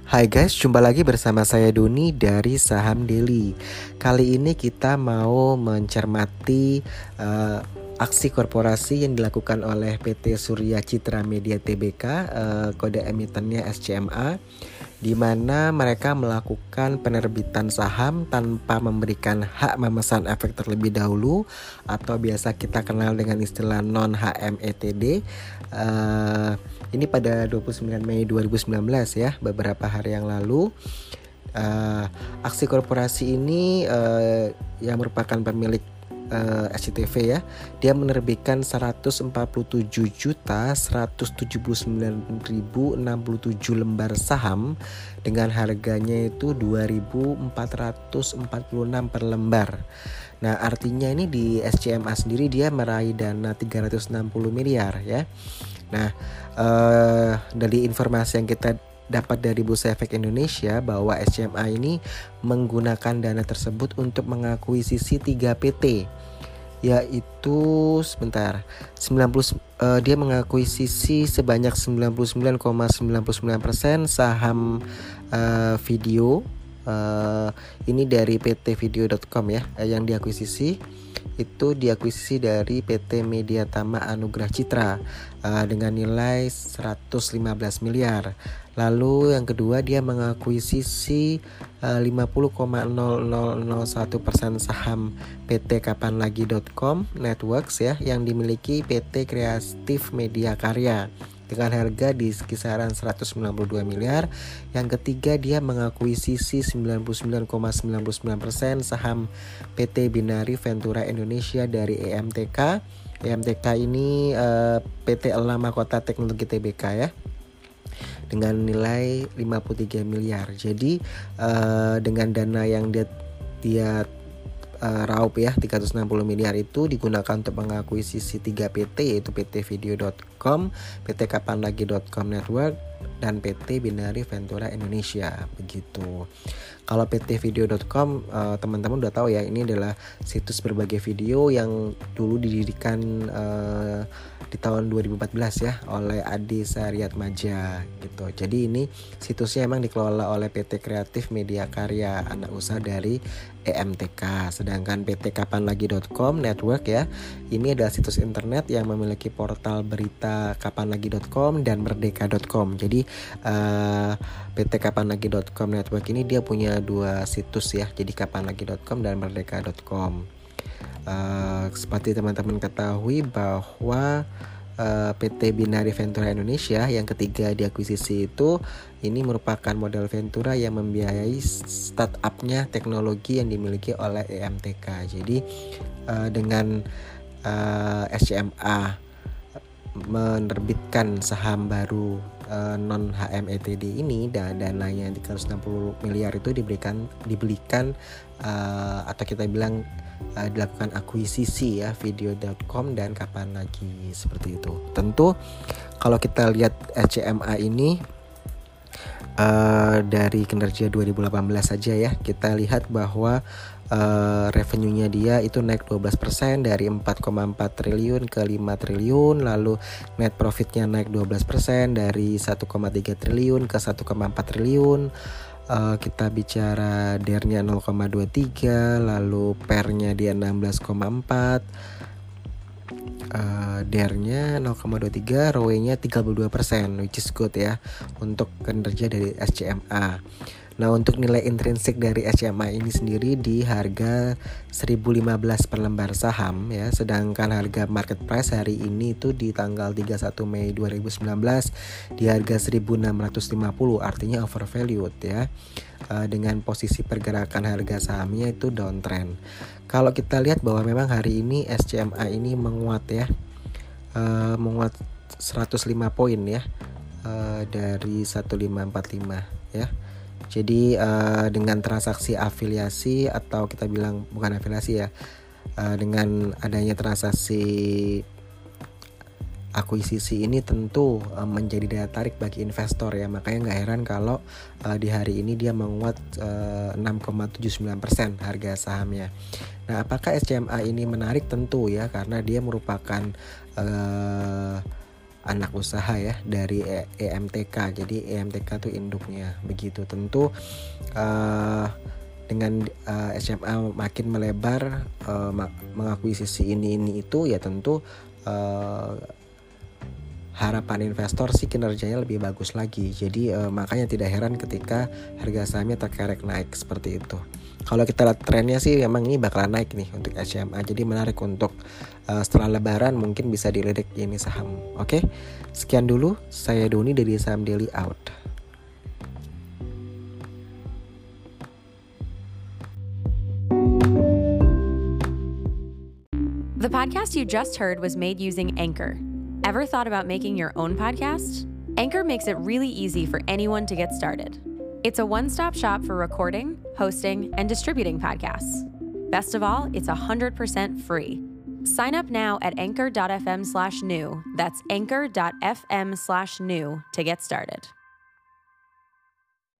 Hai guys, jumpa lagi bersama saya Doni dari Saham Daily. Kali ini kita mau mencermati aksi korporasi yang dilakukan oleh PT Surya Citra Media Tbk, kode emitennya SCMA, di mana mereka melakukan penerbitan saham tanpa memberikan hak memesan efek terlebih dahulu, atau biasa kita kenal dengan istilah non-HMETD. Ini pada 29 Mei 2019 ya, beberapa hari yang lalu. Aksi korporasi ini yang merupakan pemilik SCTV ya, dia menerbitkan 147.179.067 lembar saham dengan harganya itu 2.446 per lembar. Nah, artinya ini di SCMA sendiri dia meraih dana 360 miliar ya. Nah, dari informasi yang kita dapat dari Bursa Efek Indonesia bahwa SCMA ini menggunakan dana tersebut untuk mengakuisisi 3 PT, yaitu dia mengakuisisi sebanyak 99,99% saham video. Ini dari PT Video.com ya, yang diakuisisi itu diakuisisi dari PT Mediatama Anugrah Citra dengan nilai 115 miliar. Lalu yang kedua, dia mengakuisisi 50,0001% saham PT Kapanlagi.com Networks ya, yang dimiliki PT Kreatif Media Karya dengan harga di kisaran 192 miliar. Yang ketiga, dia mengakuisisi 99,99% saham PT Binari Ventura Indonesia dari EMTK. EMTK ini PT Elama Kota Teknologi Tbk ya, dengan nilai 53 miliar. Jadi dengan dana yang dia raup ya, 360 miliar itu digunakan untuk mengakuisisi 3 PT, yaitu PT Video.com, PT Kapanlagi.com Network, dan PT Binari Ventura Indonesia. Begitu. Kalau PT Video.com teman-teman udah tahu ya, ini adalah situs berbagai video yang dulu didirikan di tahun 2014 ya oleh Adi Saryatmaja gitu. Jadi ini situsnya emang dikelola oleh PT Kreatif Media Karya, anak usaha dari EMTK. Sedangkan PT Kapanlagi.com Network ya, ini adalah situs internet yang memiliki portal berita kapanlagi.com dan merdeka.com. Jadi PT Kapanlagi.com Network ini dia punya 2 situs ya, jadi kapanlagi.com dan merdeka.com. Seperti teman-teman ketahui bahwa PT Binari Ventura Indonesia yang ketiga diakuisisi itu, ini merupakan modal Ventura yang membiayai startupnya teknologi yang dimiliki oleh EMTK. Jadi dengan SCMA menerbitkan saham baru non HMETD ini, dan dananya 360 miliar itu dibelikan atau kita bilang dilakukan akuisisi ya, Video.com dan Kapanlagi, seperti itu. Tentu kalau kita lihat SCMA ini dari kinerja 2018 saja ya, kita lihat bahwa revenue-nya dia itu naik 12% dari 4,4 triliun ke 5 triliun. Lalu net profit-nya naik 12% dari 1,3 triliun ke 1,4 triliun. Kita bicara DER-nya 0,23, lalu PER-nya dia 16,4, DER-nya 0,23, ROE-nya 32%, which is good ya untuk kinerja dari SCMA. Nah, untuk nilai intrinsik dari SCMA ini sendiri di harga 1.015 per lembar saham ya, sedangkan harga market price hari ini itu di tanggal 31 Mei 2019 di harga 1.650, artinya overvalued ya, dengan posisi pergerakan harga sahamnya itu downtrend. Kalau kita lihat bahwa memang hari ini SCMA ini menguat ya, menguat 105 poin ya, dari 1545 ya. Jadi dengan transaksi afiliasi, atau kita bilang bukan afiliasi ya, dengan adanya transaksi akuisisi ini tentu menjadi daya tarik bagi investor ya. Makanya nggak heran kalau di hari ini dia menguat 6,79% harga sahamnya. Nah, apakah SCMA ini menarik? Tentu ya, karena dia merupakan anak usaha ya dari EMTK. Jadi EMTK itu induknya. Begitu tentu dengan SMA makin melebar mengakuisisi ini itu ya tentu harapan investor sih kinerjanya lebih bagus lagi. Jadi makanya tidak heran ketika harga sahamnya terkerek naik seperti itu. Kalau kita lihat trennya sih memang ini bakalan naik nih untuk SMA. Jadi menarik untuk setelah lebaran mungkin bisa dilirik ini saham. Oke, sekian dulu. Saya Doni dari Saham Daily out. The podcast you just heard was made using Anchor. Ever thought about making your own podcast? Anchor makes it really easy for anyone to get started. It's a one-stop shop for recording, hosting, and distributing podcasts. Best of all, it's 100% free. Sign up now at anchor.fm/new. That's anchor.fm/new to get started.